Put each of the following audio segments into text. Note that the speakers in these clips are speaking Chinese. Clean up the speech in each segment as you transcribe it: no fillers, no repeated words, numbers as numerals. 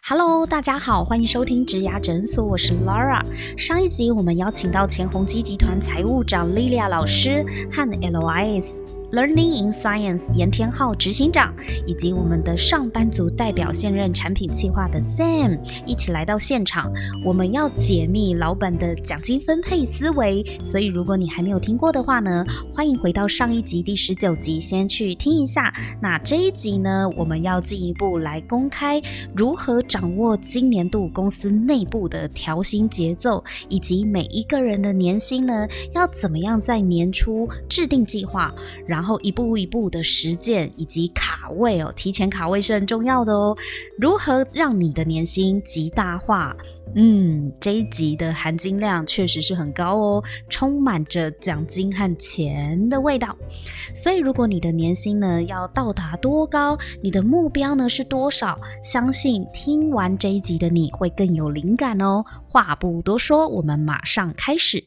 Hello， 大家好，欢迎收听职涯诊所，我是 Lara。上一集我们邀请到前宏基集团财务长 Lilia 老师和 LIS。Learning in Science 严天浩执行长以及我们的上班族代表现任产品企划的 Sam 一起来到现场，我们要解密老板的奖金分配思维，所以如果你还没有听过的话呢，欢迎回到上一集第19集先去听一下。那这一集呢，我们要进一步来公开如何掌握今年度公司内部的调薪节奏，以及每一个人的年薪呢要怎么样在年初制定计划，然后一步一步的实践以及卡位哦，提前卡位是很重要的哦。如何让你的年薪极大化？这一集的含金量确实是很高哦，充满着奖金和钱的味道。所以如果你的年薪呢要到达多高，你的目标呢是多少，相信听完这一集的你会更有灵感哦。话不多说，我们马上开始。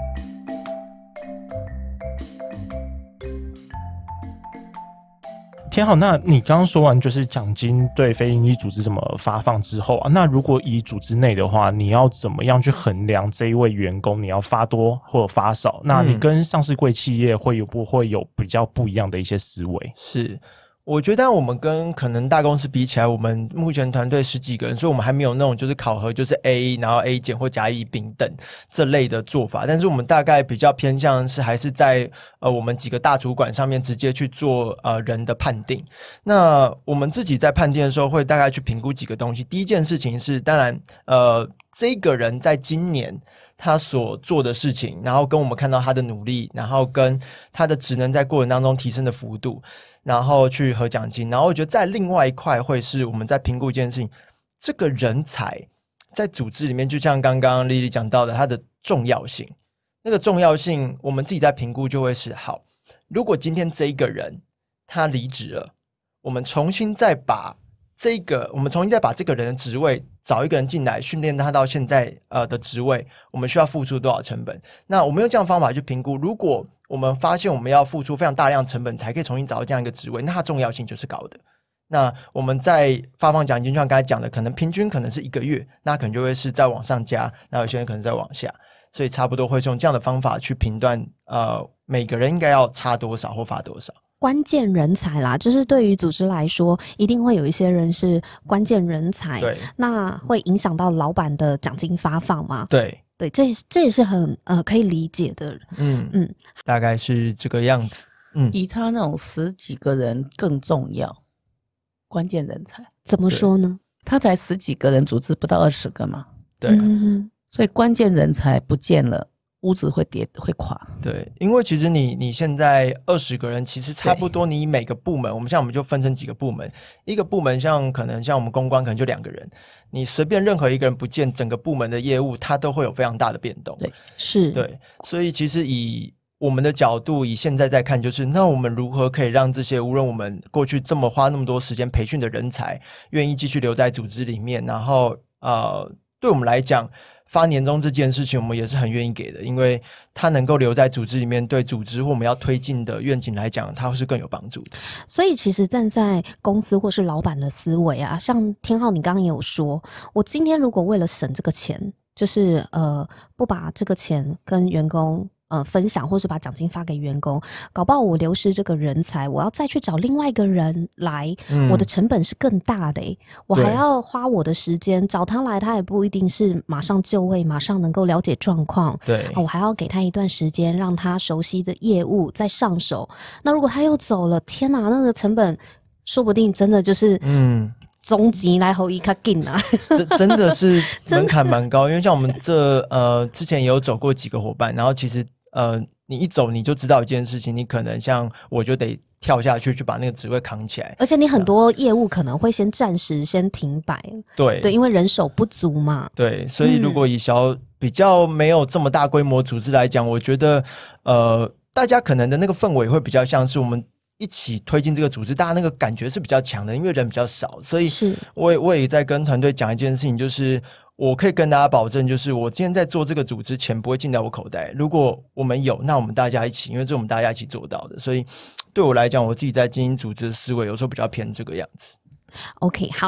天好，那你刚刚说完就是奖金对非营利组织怎么发放之后啊，那如果以组织内的话，你要怎么样去衡量这一位员工你要发多或者发少？那你跟上市柜企业不会有比较不一样的一些思维？ 是。我觉得我们跟可能大公司比起来，我们目前团队10几个人，所以我们还没有那种就是考核就是 A 然后 A 减或甲乙丙等这类的做法，但是我们大概比较偏向是还是在我们几个大主管上面直接去做人的判定。那我们自己在判定的时候会大概去评估几个东西。第一件事情是当然这个人在今年他所做的事情，然后跟我们看到他的努力，然后跟他的职能在过程当中提升的幅度，然后去核奖金。然后我觉得在另外一块会是我们在评估一件事情，这个人才在组织里面就像刚刚莉莉讲到的，他的重要性，那个重要性我们自己在评估就会是好，如果今天这一个人他离职了，我们重新再把这个人的职位找一个人进来训练他到现在的职位，我们需要付出多少成本。那我们用这样的方法去评估，如果我们发现我们要付出非常大量成本才可以重新找到这样一个职位，那它重要性就是高的。那我们在发放奖金，就像刚才讲的，可能平均可能是1个月，那可能就会是再往上加，那有些人可能再往下，所以差不多会用这样的方法去评断每个人应该要差多少或发多少。 关键人才啦，就是对于组织来说，一定会有一些人是关键人才， 对， 那会影响到老板的奖金发放吗？ 对， 这也是很可以理解的。 大概是这个样子。 以他那种10几个人更重要，关键人才怎么说呢？ 他才10几个人，组织不到20个嘛， 对， 所以关键人才不见了，屋子会垮。 对，因为其实你现在20个人，其实差不多你每个部门，我们就分成几个部门，一个部门可能像我们公关可能就2个人，你随便任何一个人不见，整个部门的业务它都会有非常大的变动。 对， 是， 对，所以其实以我们的角度，以现在在看，就是那我们如何可以让这些无论我们过去花那么多时间培训的人才，愿意继续留在组织里面，然后对我们来讲，发年终这件事情我们也是很愿意给的，因为它能够留在组织里面，对组织或我们要推进的愿景来讲，它是更有帮助的。 所以其实站在公司或是老板的思维啊，像天浩你刚刚也有说，我今天如果为了省这个钱，就是不把这个钱跟员工分享，或是把奖金发给员工，搞不好我流失这个人才，我要再去找另外一个人来，我的成本是更大的我还要花我的时间找他来，他也不一定是马上就位，马上能够了解状况， 对， 我还要给他一段时间，让他熟悉的业务再上手。那如果他又走了，天哪，那个成本说不定真的就是终极来后一卡紧啊， 真的是门槛蛮高，因为像我们之前也有走过几个伙伴，然后其实你一走你就知道一件事情，你可能像我就得跳下去把那个职位扛起来， 而且你很多业务可能会暂时停摆，对，因为人手不足嘛。 对，所以如果以比较没有这么大规模组织来讲，我觉得大家可能的那个氛围会比较像是我们一起推进这个组织，大家那个感觉是比较强的，因为人比较少，所以我也在跟团队讲一件事情，就是我可以跟大家保证，就是我今天在做这个组织，钱不会进到我口袋。如果我们有，那我们大家一起，因为这是我们大家一起做到的。所以对我来讲，我自己在经营组织的思维有时候比较偏这个样子。 OK， 好。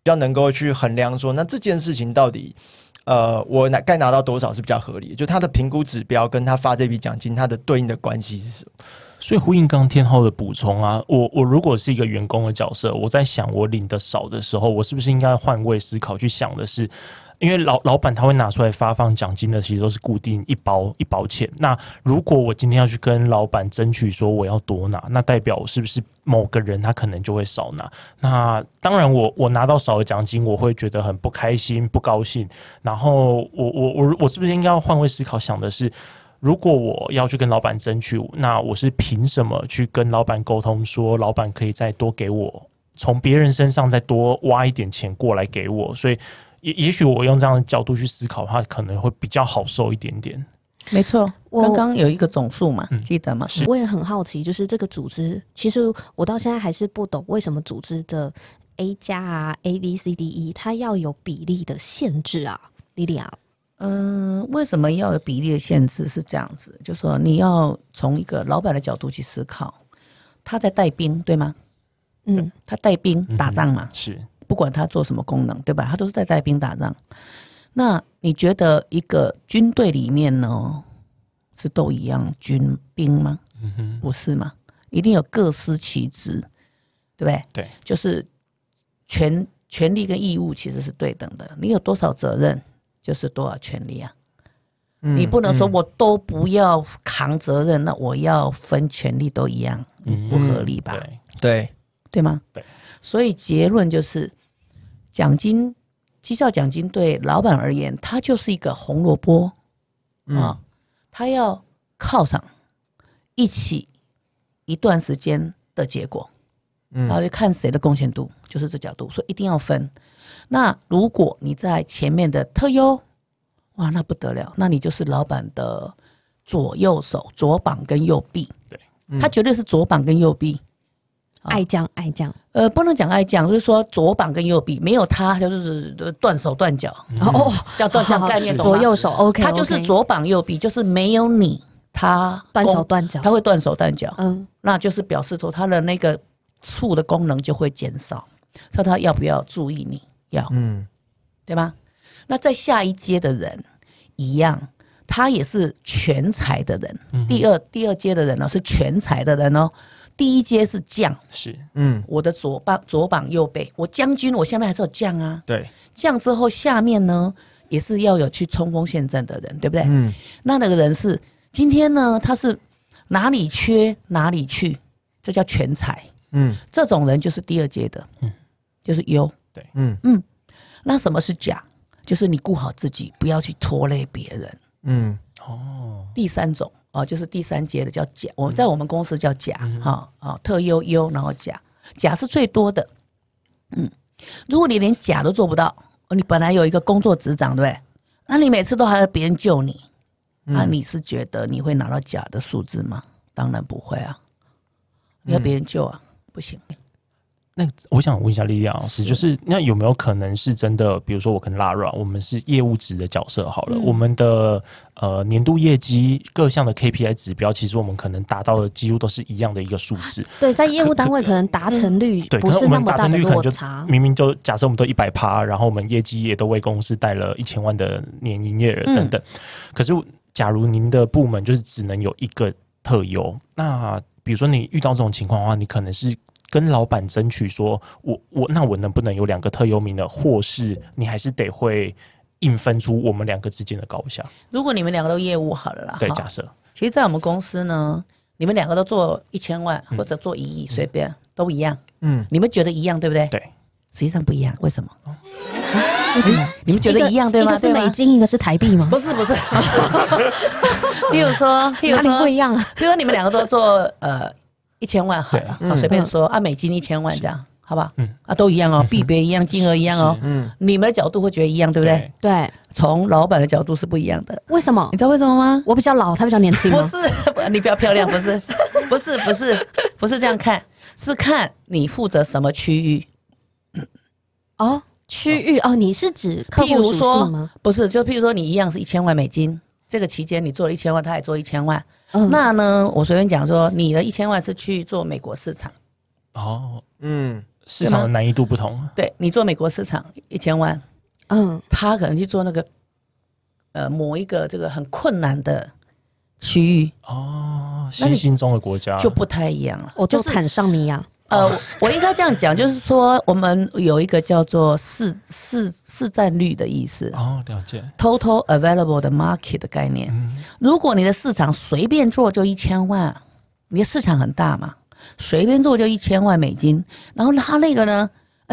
较能够去衡量说，那这件事情到底我该拿到多少是比较合理的，就他的评估指标跟他发这笔奖金它的对应的关系是什么。 所以呼应刚天浩的补充啊，我如果是一个员工的角色，我在想我领的少的时候，我是不是应该换位思考去想的是，因为老板他会拿出来发放奖金的，其实都是固定一包钱。那如果我今天要去跟老板争取说我要多拿，那代表是不是某个人他可能就会少拿？那当然我拿到少的奖金，我会觉得很不开心、不高兴。然后我是不是应该要换位思考，想的是，如果我要去跟老板争取，那我是凭什么去跟老板沟通说，老板可以再多给我，从别人身上再多挖一点钱过来给我？所以也许我用这样的角度去思考的话，可能会比较好受一点点。 没错，刚刚有一个总数嘛，记得吗？ 我也很好奇，就是这个组织，其实我到现在还是不懂为什么组织的 A 加啊 ABCDE 它要有比例的限制啊，莉莉亚。 为什么要有比例的限制？是这样子，就是说你要从一个老板的角度去思考，他在带兵，对吗？他带兵打仗嘛， 是不管他做什么功能，对吧？他都是在带兵打仗。那你觉得一个军队里面呢，是都一样军兵吗？不是嘛，一定有各司其职，对不对？ 对， 就是权利跟义务其实是对等的，你有多少责任就是多少权利啊。你不能说我都不要扛责任，那我要分权利都一样，不合理吧？对吗？ 对。 所以结论就是奖金绩效奖金对老板而言，它就是一个红萝卜他要犒赏一起一段时间的结果，然后就看谁的贡献度，就是这角度，所以一定要分。那如果你在前面的特优，哇，那不得了，那你就是老板的左右手，左膀跟右臂， 对， 他绝对是左膀跟右臂。 爱将， 不能讲爱将，就是说左膀跟右臂，没有他就是断手断脚，叫断脚概念， 左右手 OK， 他就是左膀右臂，就是没有你，他断手断脚， 他会断手断脚，那就是表示说他的那个处的功能就会减少，所以他要不要注意你？要，对吗？那在下一阶的人一样，他也是全才的人，第二阶的人呢是全才的人哦。第一阶是将， 是， 我的左膀右背，我将军，我下面还是有将啊。 对， 将之后下面呢也是要有去冲锋陷阵的人，对不对？那个人是今天呢，他是哪里缺哪里去，这叫全才。这种人就是第二阶的，就是优。 对， 那什么是甲？就是你顾好自己，不要去拖累别人。第三种。就是第三阶的叫甲，我在我们公司叫甲，特优优，然后甲是最多的。如果你连甲都做不到，你本来有一个工作职掌，对不对？那你每次都还要别人救你，那你是觉得你会拿到甲的数字吗？当然不会啊，你要别人救啊，不行。 那我想问一下莉莉亚老师，就是那有没有可能是真的？比如说我跟 Lara， 我们是业务职的角色好了，我们的年度业绩各项的 KPI 指标，其实我们可能达到的几乎都是一样的一个数字。 对，在业务单位可能达成率不是那么大的落差。 明明就假设我们都100%，然后我们业绩也都为公司带了1000万的年营业额等等。可是假如您的部门就是只能有一个特优，那比如说你遇到这种情况的话，你可能是跟老板争取说，那我能不能有2个特优名额，或是你还是得会硬分出我们2个之间的高下？ 如果你们2个都业务好了啦， 对，假设， 其实，在我们公司呢，你们2个都做1000万或者做1亿，随便都一样。你们觉得一样，对不对？ 对， 实际上不一样，为什么？为什么？你们觉得一样对吗？ 一个是美金，一个是台币吗？ 不是。譬如说哪里不一样啊？ 比如说你们2个都做1000万好了，随便说美金1000万这样，好不好？都一样哦，币别一样，金额一样哦。你们的角度会觉得一样，对不对？ 对。 从老板的角度是不一样的。 为什么？ 你知道为什么吗？ 我比较老，他比较年轻。 不是，你比较漂亮，不是这样看，是看你负责什么区域。 区域你是指客户属性吗？ 不是，就譬如说你一样是1000万美金，这个期间你做了1000万，他也做1000万。那呢，我随便讲说，你的1000万是去做美国市场。 市场的难易度不同。 对，你做美国市场1000万，他可能去做那个某一个这个很困难的区域新兴中的国家就不太一样了。 我就坦桑尼亚。 我应该这样讲，就是说我们有一个叫做市占率的意思。 了解。 Total available 的 market 的概念。如果你的市场随便做就1000万，你的市场很大嘛，随便做就$1000万，然后他那个呢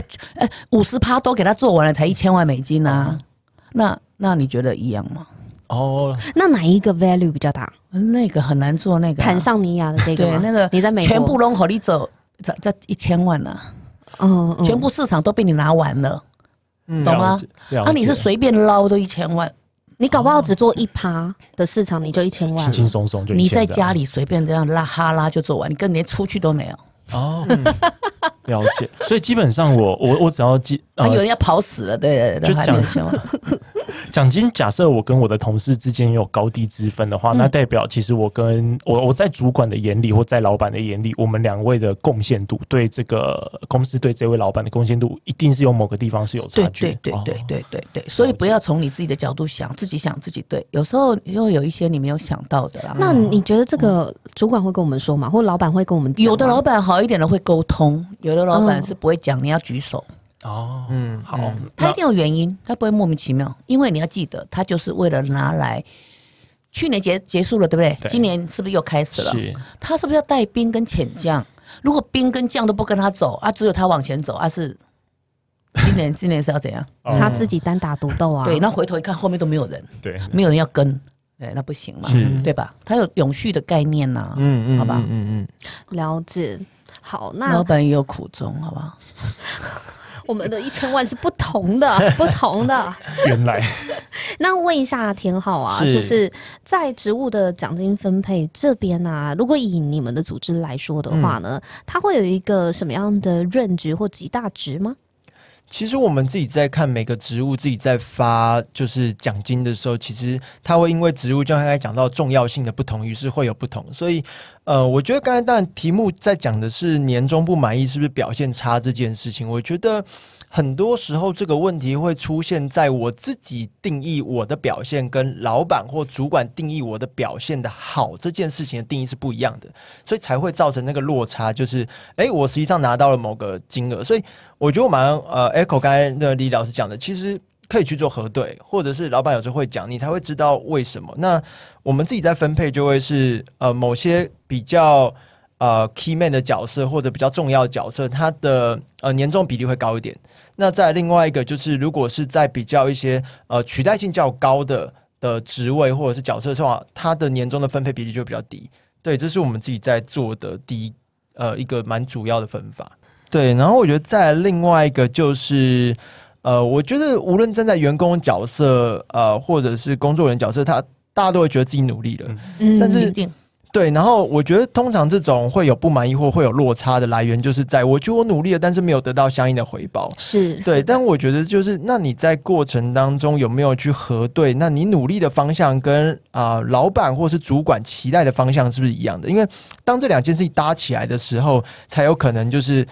，50%都给他做完了才$1000万啊，那你觉得一样吗？ 那哪一个 value 比较大？ 那个很难做，那个坦桑尼亚的这个吗？ 对，那个你在美国全部拢给你走，这1000万啊，全部市场都被你拿完了，懂吗？你是随便捞都1000万， 你搞不好只做1%的市场，你就1000万， 轻轻松松就1000。 你在家里随便这样拉就做完，你根本连出去都没有。 了解。所以基本上我只要有人要跑死了，对， 就奖金，假设我跟我的同事之间有高低之分的话，那代表其实我在主管的眼里或在老板的眼里，我们2位的贡献度对这个公司对这位老板的贡献度，一定是有某个地方是有差距。 对，所以不要从你自己的角度想，自己对，有时候又有一些你没有想到的啦。 那你觉得这个主管会跟我们说吗？或老板会跟我们讲吗？ 有的老板好一点的会沟通，有的老板是不会讲，你要举手。 好， 他一定有原因，他不会莫名其妙，因为你要记得，他就是为了拿来。去年结束了，对不对？今年是不是又开始了？他是不是要带兵跟潜将？如果兵跟将都不跟他走只有他往前走是今年是要怎样？ 他自己单打独斗啊。 对，那回头一看，后面都没有人，对，没有人要跟，对，那不行嘛，对吧？他有永续的概念呐，好吧？ 了解。好，那老板也有苦衷，好不好？ 我们的1000万是不同的。 原来。 那问一下天浩啊，就是在职务的奖金分配这边啊，如果以你们的组织来说的话呢，它会有一个什么样的range或极大值吗？ 其实我们自己在看每个职务自己在发就是奖金的时候，其实它会因为职务就像刚才讲到重要性的不同，于是会有不同。所以我觉得刚才当然题目在讲的是年终不满意是不是表现差这件事情，我觉得很多时候这个问题会出现在我自己定义我的表现跟老板或主管定义我的表现的好这件事情的定义是不一样的，所以才会造成那个落差，就是我实际上拿到了某个金额，所以我觉得我蛮echo 刚才那李老师讲的，其实可以去做核对，或者是老板有时候会讲，你才会知道为什么。那我们自己在分配就会是某些比较key man 的角色或者比较重要的角色，它的年终比例会高一点。那再另外一个就是，如果是在比较一些取代性较高的职位或者是角色的话，它的年终的分配比例就会比较低。对，这是我们自己在做的一个蛮主要的分法。对，然后我觉得再另外一个就是我觉得无论站在员工角色或者是工作人员角色，大家都会觉得自己努力了，但是对，然后我觉得通常这种会有不满意或会有落差的来源，就是在我觉得我努力了，但是没有得到相应的回报。对，但我觉得就是那你在过程当中有没有去核对，那你努力的方向跟老板或是主管期待的方向是不是一样的？因为当这2件事情搭起来的时候，才有可能就是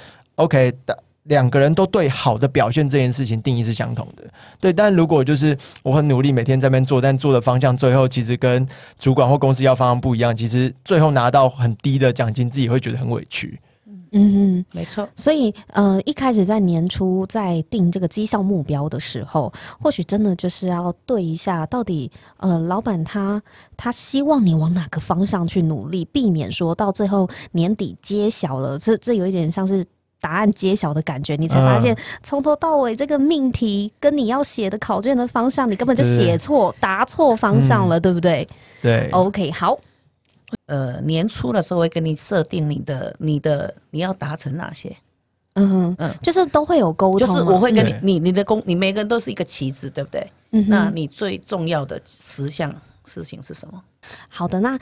OK。2个人都对好的表现这件事情定义是相同的，对。但如果就是我很努力每天在那边做，但做的方向最后其实跟主管或公司要方向不一样，其实最后拿到很低的奖金，自己会觉得很委屈。 没错。 所以一开始在年初在定这个绩效目标的时候，或许真的就是要对一下，到底老板他希望你往哪个方向去努力，避免说到最后年底揭晓了，这有一点像是答案揭晓的感觉，你才发现从头到尾这个命题跟你要写的考卷的方向，你根本就写错、答错方向了，对不对？ 对。 OK， 好。 年初的时候会跟你设定你要达成哪些， 就是都会有沟通， 就是我会跟你你每个人都是一个旗子，对不对？那你最重要的10项事情是什么？ 好的，那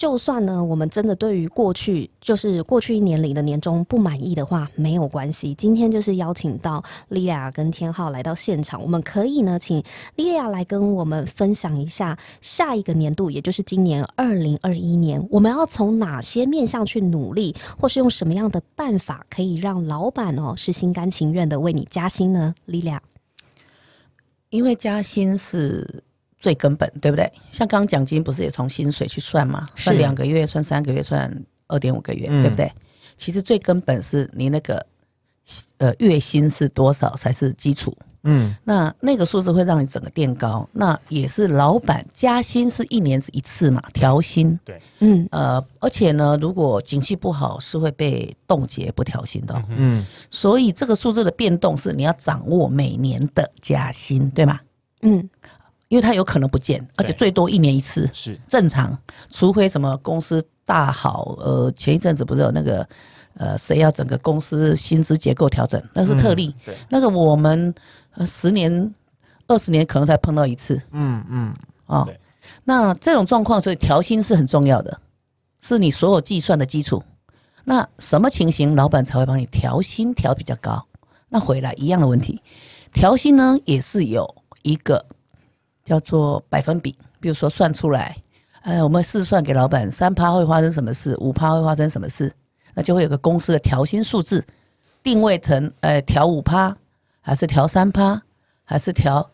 就算呢，我们真的对于过去一年领的年终不满意的话，没有关系。今天就是邀请到莉亚跟天浩来到现场，我们可以呢，请莉亚来跟我们分享一下下一个年度，也就是今年2021年，我们要从哪些面向去努力，或是用什么样的办法可以让老板是心甘情愿的为你加薪呢？莉亚， 因为加薪是最根本，对不对？像刚刚奖金不是也从薪水去算吗？算2个月，算3个月，算2.5个月，对不对？其实最根本是你那个月薪是多少才是基础。那个数字会让你整个垫高，那也是老板加薪是1年1次嘛，调薪。 对， 而且呢，如果景气不好是会被冻结不调薪的。所以这个数字的变动是你要掌握每年的加薪，对吗？因为它有可能不见，而且最多1年1次是正常，除非什么公司大好，前一阵子不是有那个谁要整个公司薪资结构调整，那是特例。那个我们10年、20年可能才碰到1次。那这种状况，所以调薪是很重要的，是你所有计算的基础。那什么情形老板才会帮你调薪调比较高？那回来一样的问题，调薪呢也是有一个叫做百分比，比如说算出来，我们试算给老板3%会发生什么事，5%会发生什么事，那就会有个公司的调薪数字，定位成调5%，还是调3%，还是调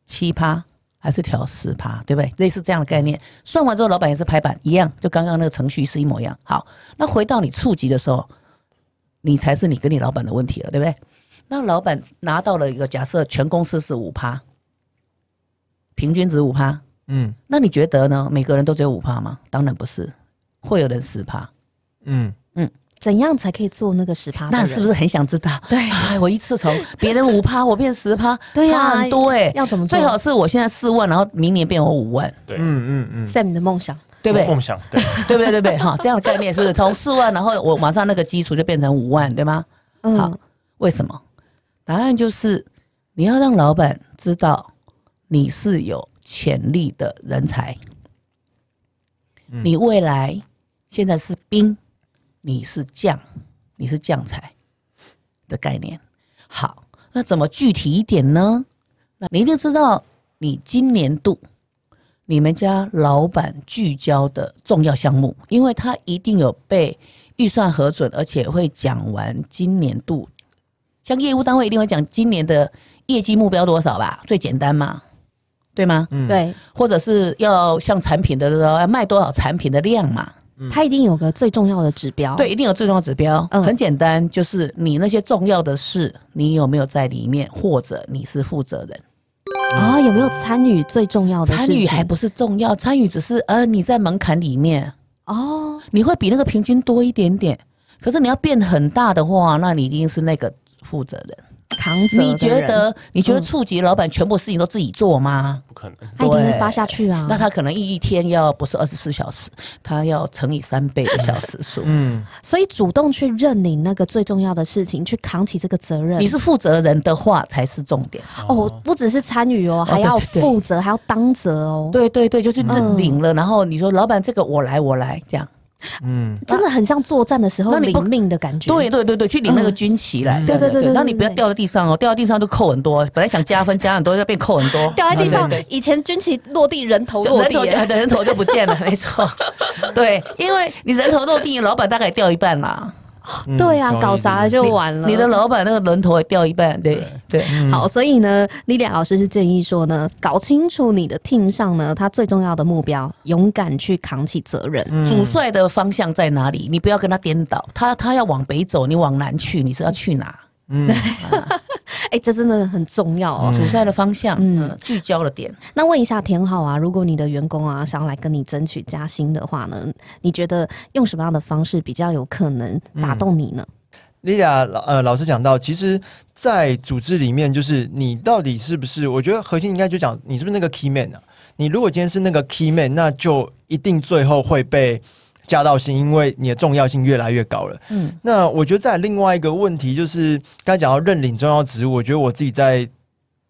7%，还是调10%，对不对？类似这样的概念。算完之后，老板也是拍板一样，就刚刚那个程序是一模一样。好，那回到你触及的时候，你才是你跟你老板的问题了，对不对？那老板拿到了一个假设，全公司是5%。平均值5%，那你觉得呢？每个人都只有5%吗？当然不是，会有人10%。 怎样才可以做那个10%？ 那是不是很想知道？ 对， 我一次从别人5%，我变10%， 对啊， 差很多要怎么做？ 最好是我现在4万，然后明年变我5万。 对 ，Sam 的梦想， 对不对？ 梦想，对， 对，哈，这样的概念是从4万，然后我马上那个基础就变成5万，对吗？好，为什么？答案就是你要让老板知道。你是有潜力的人才，你未来现在是兵，你是将才的概念。好，那怎么具体一点呢？那你一定知道你今年度你们家老板聚焦的重要项目，因为他一定有被预算核准，而且会讲完今年度，像业务单位一定会讲今年的业绩目标多少吧，最简单嘛。对吗？ 对， 或者是要像产品的要卖多少产品的量嘛， 它一定有个最重要的指标。 对，一定有最重要的指标。很简单，就是你那些重要的事，你有没有在里面，或者你是负责人有没有参与最重要的事情？ 参与还不是重要，参与只是你在门槛里面你会比那个平均多一点点。可是你要变很大的话，那你一定是那个负责人。 扛责的人， 你觉得触及老板全部事情都自己做吗？ 不可能， 他一定会发下去啊。 那他可能一天要不是24小时，他要乘以3倍的小时数。 所以主动去认领那个最重要的事情，去扛起这个责任。 你是负责人的话才是重点不只是参与还要负责，还要当责对，就是认领了，然后你说老板这个我来这样。 真的很像作战的时候领命的感觉。 对，去领那个军旗来。对，那你不要掉在地上掉在地上就扣很多。本来想加分加很多，要变扣很多。 掉在地上，以前军旗落地，人头落地， 人头就不见了，没错。对，因为你人头落地，老板大概掉一半啦。 对啊，搞砸了就完了。 你的老板那个人头也掉一半，对。 好，所以呢，莉莉亚老师是建议说呢，搞清楚你的 team 上呢，他最重要的目标，勇敢去扛起责任。 主帅的方向在哪里？你不要跟他颠倒，他要往北走，你往南去，你是要去哪？ 这真的很重要主帅的方向，聚焦的点。 那问一下田浩啊，如果你的员工想要来跟你争取加薪的话呢，你觉得用什么样的方式比较有可能打动你呢？ 莉亚老师讲到，其实，在组织里面，就是你到底是不是？我觉得核心应该就讲你是不是那个 key man 啊？你如果今天是那个 key man， 那就一定最后会被加到薪，因为你的重要性越来越高了。那我觉得再另外一个问题就是，刚才讲到认领重要职务，我觉得我自己在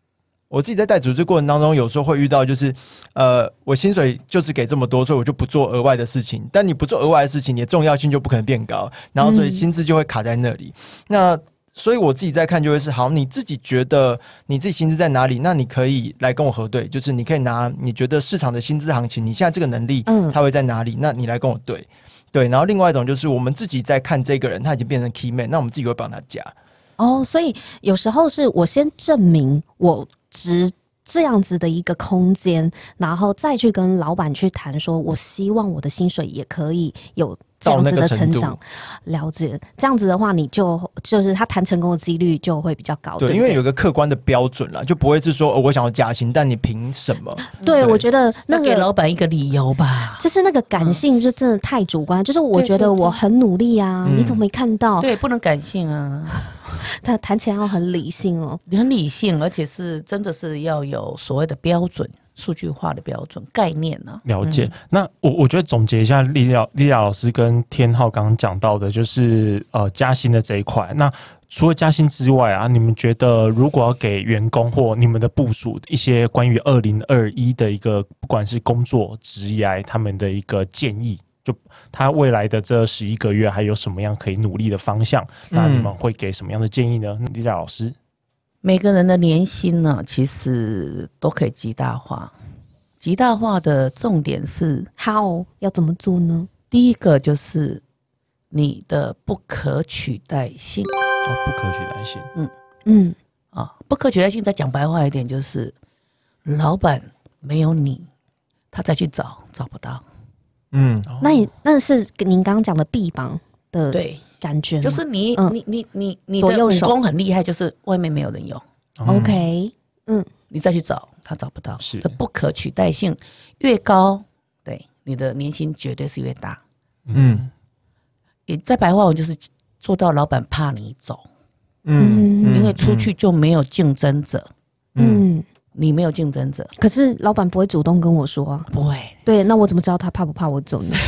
我自己在带组织过程当中，有时候会遇到就是我薪水就只给这么多，所以我就不做额外的事情。但你不做额外的事情，你的重要性就不可能变高，然后所以薪资就会卡在那里。那所以我自己在看就会是，好，你自己觉得你自己薪资在哪里，那你可以来跟我核对，就是你可以拿你觉得市场的薪资行情，你现在这个能力它会在哪里，那你来跟我对。然后另外一种就是我们自己在看这个人他已经变成 key man， 那我们自己会帮他加。 所以有时候是我先证明我值这样子的一个空间，然后再去跟老板去谈说，我希望我的薪水也可以有这样子的成长。了解，这样子的话，你就是他谈成功的几率就会比较高。对， 因为有一个客观的标准啦，就不会是说我想要加薪，但你凭什么？ 对，我觉得那给老板一个理由吧。 就是那个感性就真的太主观，就是我觉得我很努力啊，你怎么没看到？ 对，不能感性啊。 他谈起来要很理性哦， 很理性，而且是真的是要有所谓的标准、数据化的标准概念呢。 了解。那我觉得总结一下，莉亚老师跟天浩刚刚讲到的，就是加薪的这一块。那除了加薪之外啊，你们觉得如果要给员工或你们的部属一些关于2021的一个不管是工作职业他们的一个建议？就他未来的这11个月还有什么样可以努力的方向？那你们会给什么样的建议呢？莉亚老师， 每个人的年薪呢，其实都可以极大化。极大化的重点是 how 要怎么做呢？ 第一个就是你的不可取代性。 不可取代性。 不可取代性再讲白话一点，就是老板没有你，他再去找不到。 那是您刚刚讲的臂膀的感觉吗？ 就是你的武功很厉害，就是外面没有人有。 OK， 你再去找他找不到， 是这不可取代性越高，对你的年薪绝对是越大。也在白话文就是做到老板怕你走，因为出去就没有竞争者。你没有竞争者， 可是老板不会主动跟我说啊， 不会。 对，那我怎么知道他怕不怕我走呢？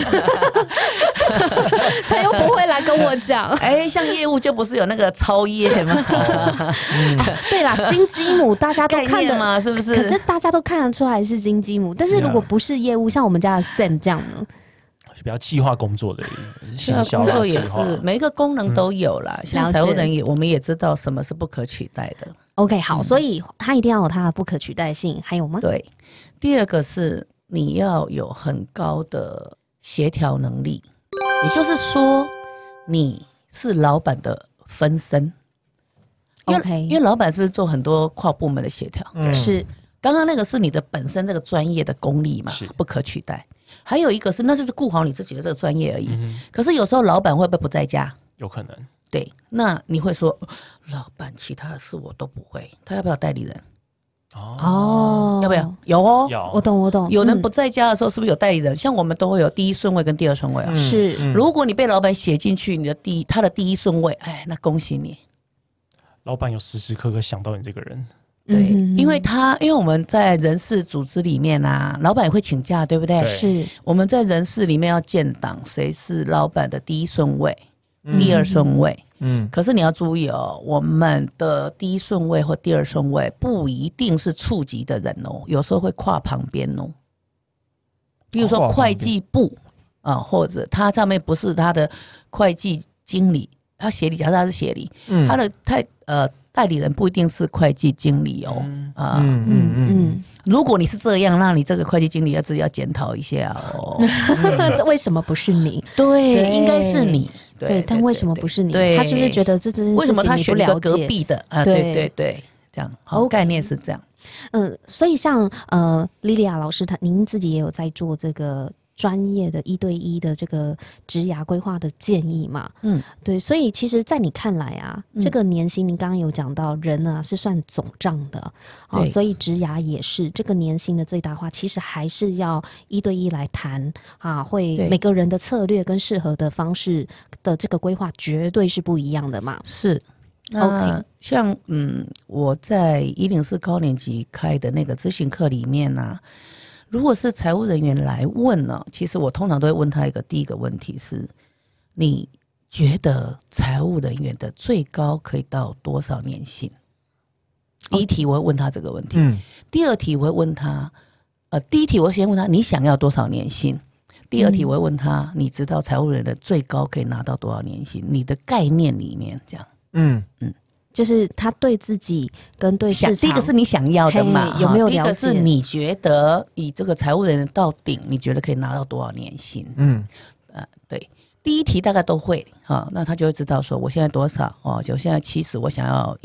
他又不会来跟我讲。 像业务就不是有那个超业吗？ 对啦，金鸡母大家都看的嘛，是不是？ 可是大家都看得出来是金鸡母，但是如果不是业务，像我们家的 Sam 这样呢？ 比较企划工作的行销工作也是每一个功能都有啦。像财务人员，我们也知道什么是不可取代的。 OK， 好，所以它一定要有它的不可取代性，还有吗？ 对，第二个是你要有很高的协调能力，也就是说你是老板的分身。 OK， 因为老板是不是做很多跨部门的协调？ 是。 刚刚那个是你的本身这个专业的功力嘛，不可取代。还有一个是，那就是顾好你自己的这个专业而已。可是有时候老板会不会不在家？ 有可能。 对，那你会说，老板其他的事我都不会，他要不要代理人？要不要？有哦， 我懂。 有人不在家的时候，是不是有代理人？像我们都会有第一顺位跟第二顺位啊。 是， 如果你被老板写进去，他的第一顺位，那恭喜你， 老板有时时刻刻想到你这个人。 对，因为我们在人事组织里面啊，老板也会请假，对不对？ 是， 我们在人事里面要建档，谁是老板的第一顺位、第二顺位。可是你要注意哦，我们的第一顺位或第二顺位不一定是处级的人哦，有时候会跨旁边哦。比如说会计部或者他上面不是他的会计经理，他协理，假设他是协理，他的代理人不一定是会计经理哦。如果你是这样，那你这个会计经理自己要检讨一下哦。 为什么不是你？ 对，应该是你。 对，但为什么不是你？他是不是觉得这件事情为什么他选一个隔壁的啊？对，这样概念是这样。 所以像莉莉亚老师，您自己也有在做这个专业的1对1的这个职涯规划的建议嘛？对，所以其实在你看来啊，这个年薪您刚刚有讲到人啊是算总账的，所以职涯也是这个年薪的最大化，其实还是要1对1来谈会每个人的策略跟适合的方式的这个规划绝对是不一样的嘛。 是。OK， 像我在104高年级开的那个咨询课里面啊，如果是财务人员来问呢，其实我通常都会问他第一个问题是：你觉得财务人员的最高可以到多少年薪？ 第一题我会问他这个问题，第二题我会问他，第一题我先问他你想要多少年薪，第二题我会问他你知道财务人的最高可以拿到多少年薪，你的概念里面这样， 就是他对自己跟对市场， 第一个是你想要的嘛， 有没有了解？ 第一个是你觉得以这个财务人到顶，你觉得可以拿到多少年薪？对，第一题大概都会那他就会知道说我现在多少就现在70，我想要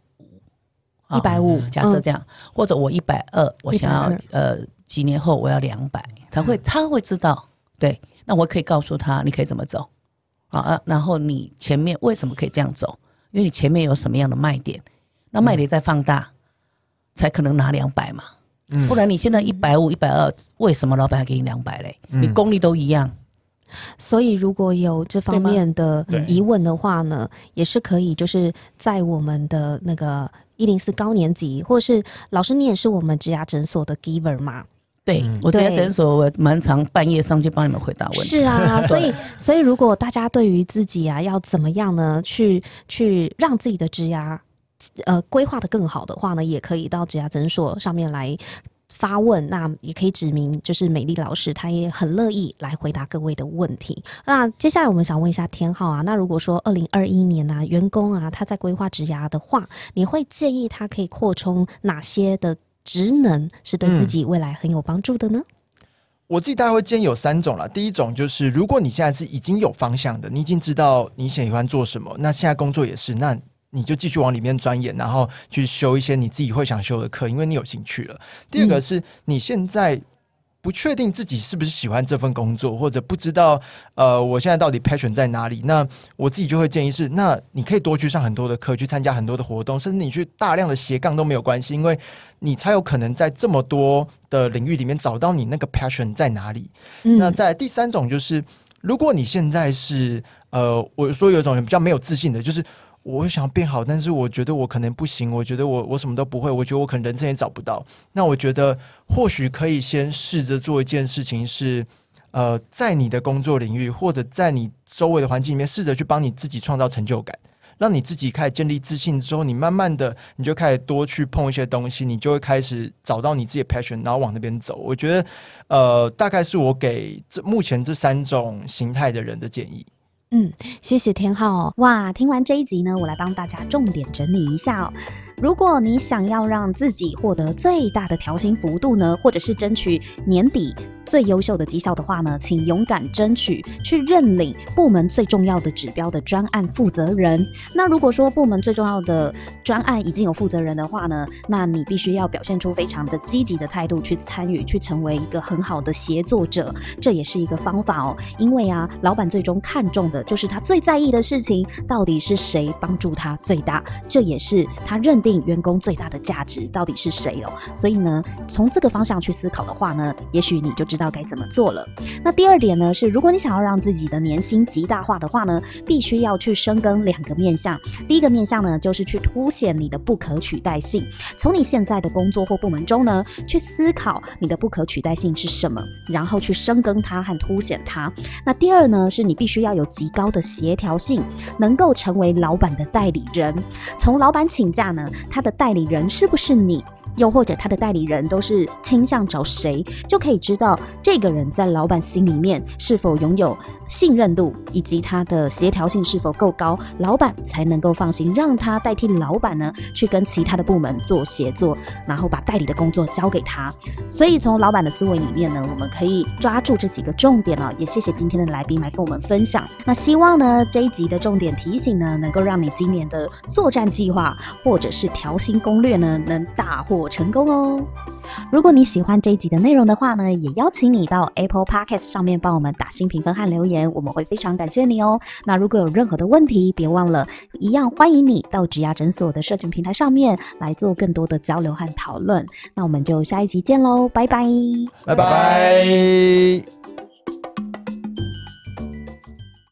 150，假设这样，或者我120，我想要几年后我要200，他会知道，对，那我可以告诉他你可以怎么走然后你前面为什么可以这样走？因为你前面有什么样的卖点，那卖点再放大，才可能拿200嘛。不然你现在150、120，为什么老板还给你200嘞？你功力都一样。 所以如果有这方面的疑问的话呢，也是可以就是在我们的那个104高年级，或是老师你也是我们职涯诊所的 giver 嘛。 对，我职涯诊所我蛮常半夜上去帮你们回答问题。 是啊，所以如果大家对于自己要怎么样呢，去让自己的职涯规划的更好的话呢，也可以到职涯诊所上面来发问，那也可以指明就是美丽老师她也很乐意来回答各位的问题。那接下来我们想问一下天浩那如果说2021年员工他在规划职涯的话，你会建议他可以扩充哪些的职能是对自己未来很有帮助的呢？ 我自己大概会建议有3种啦。第一种就是如果你现在是已经有方向的，你已经知道你喜欢做什么，那现在工作也是，那你就继续往里面钻研，然后去修一些你自己会想修的课，因为你有兴趣了。第二个是你现在不确定自己是不是喜欢这份工作，或者不知道我现在到底 passion 在哪里，那我自己就会建议是，那你可以多去上很多的课，去参加很多的活动，甚至你去大量的斜杠都没有关系，因为你才有可能在这么多的领域里面找到你那个 passion 在哪里。那在第3种就是如果你现在是我说有一种人比较没有自信的，就是我想要变好，但是我觉得我可能不行，我觉得我什么都不会，我觉得我可能人生也找不到。那我觉得或许可以先试着做一件事情是在你的工作领域或者在你周围的环境里面试着去帮你自己创造成就感，让你自己开始建立自信之后，你慢慢的你就开始多去碰一些东西，你就会开始找到你自己的 passion， 然后往那边走。我觉得大概是我给目前这3种形态的人的建议。 谢谢天浩哇！听完这一集呢，我来帮大家重点整理一下如果你想要让自己获得最大的调薪幅度呢，或者是争取年底最优秀的绩效的话呢，请勇敢争取，去认领部门最重要的指标的专案负责人。那如果说部门最重要的专案已经有负责人的话呢，那你必须要表现出非常的积极的态度去参与，去成为一个很好的协作者，这也是一个方法因为老板最终看重的就是他最在意的事情到底是谁帮助他最大，这也是他认定员工最大的价值到底是谁所以呢，从这个方向去思考的话呢，也许你就知道该怎么做了。那第2点呢，是如果你想要让自己的年薪极大化的话呢，必须要去深耕2个面向。第一个面向呢，就是去凸显你的不可取代性，从你现在的工作或部门中呢，去思考你的不可取代性是什么，然后去深耕它和凸显它。那第2呢，是你必须要有极高的协调性，能够成为老板的代理人。从老板请假呢，他的代理人是不是你，又或者他的代理人都是倾向找谁，就可以知道这个人在老板心里面是否拥有信任度，以及他的协调性是否够高，老板才能够放心让他代替老板呢去跟其他的部门做协作，然后把代理的工作交给他。所以从老板的思维里面呢，我们可以抓住这几个重点也谢谢今天的来宾来跟我们分享。那希望呢这一集的重点提醒呢，能够让你今年的作战计划或者是调薪攻略呢能大获成功如果你喜欢这一集的内容的话呢，也邀请你到 Apple Podcast 上面帮我们打新评分和留言，我们会非常感谢你那如果有任何的问题，别忘了一样欢迎你到职涯诊所的社群平台上面来做更多的交流和讨论。那我们就下一集见咯，拜拜， 拜拜。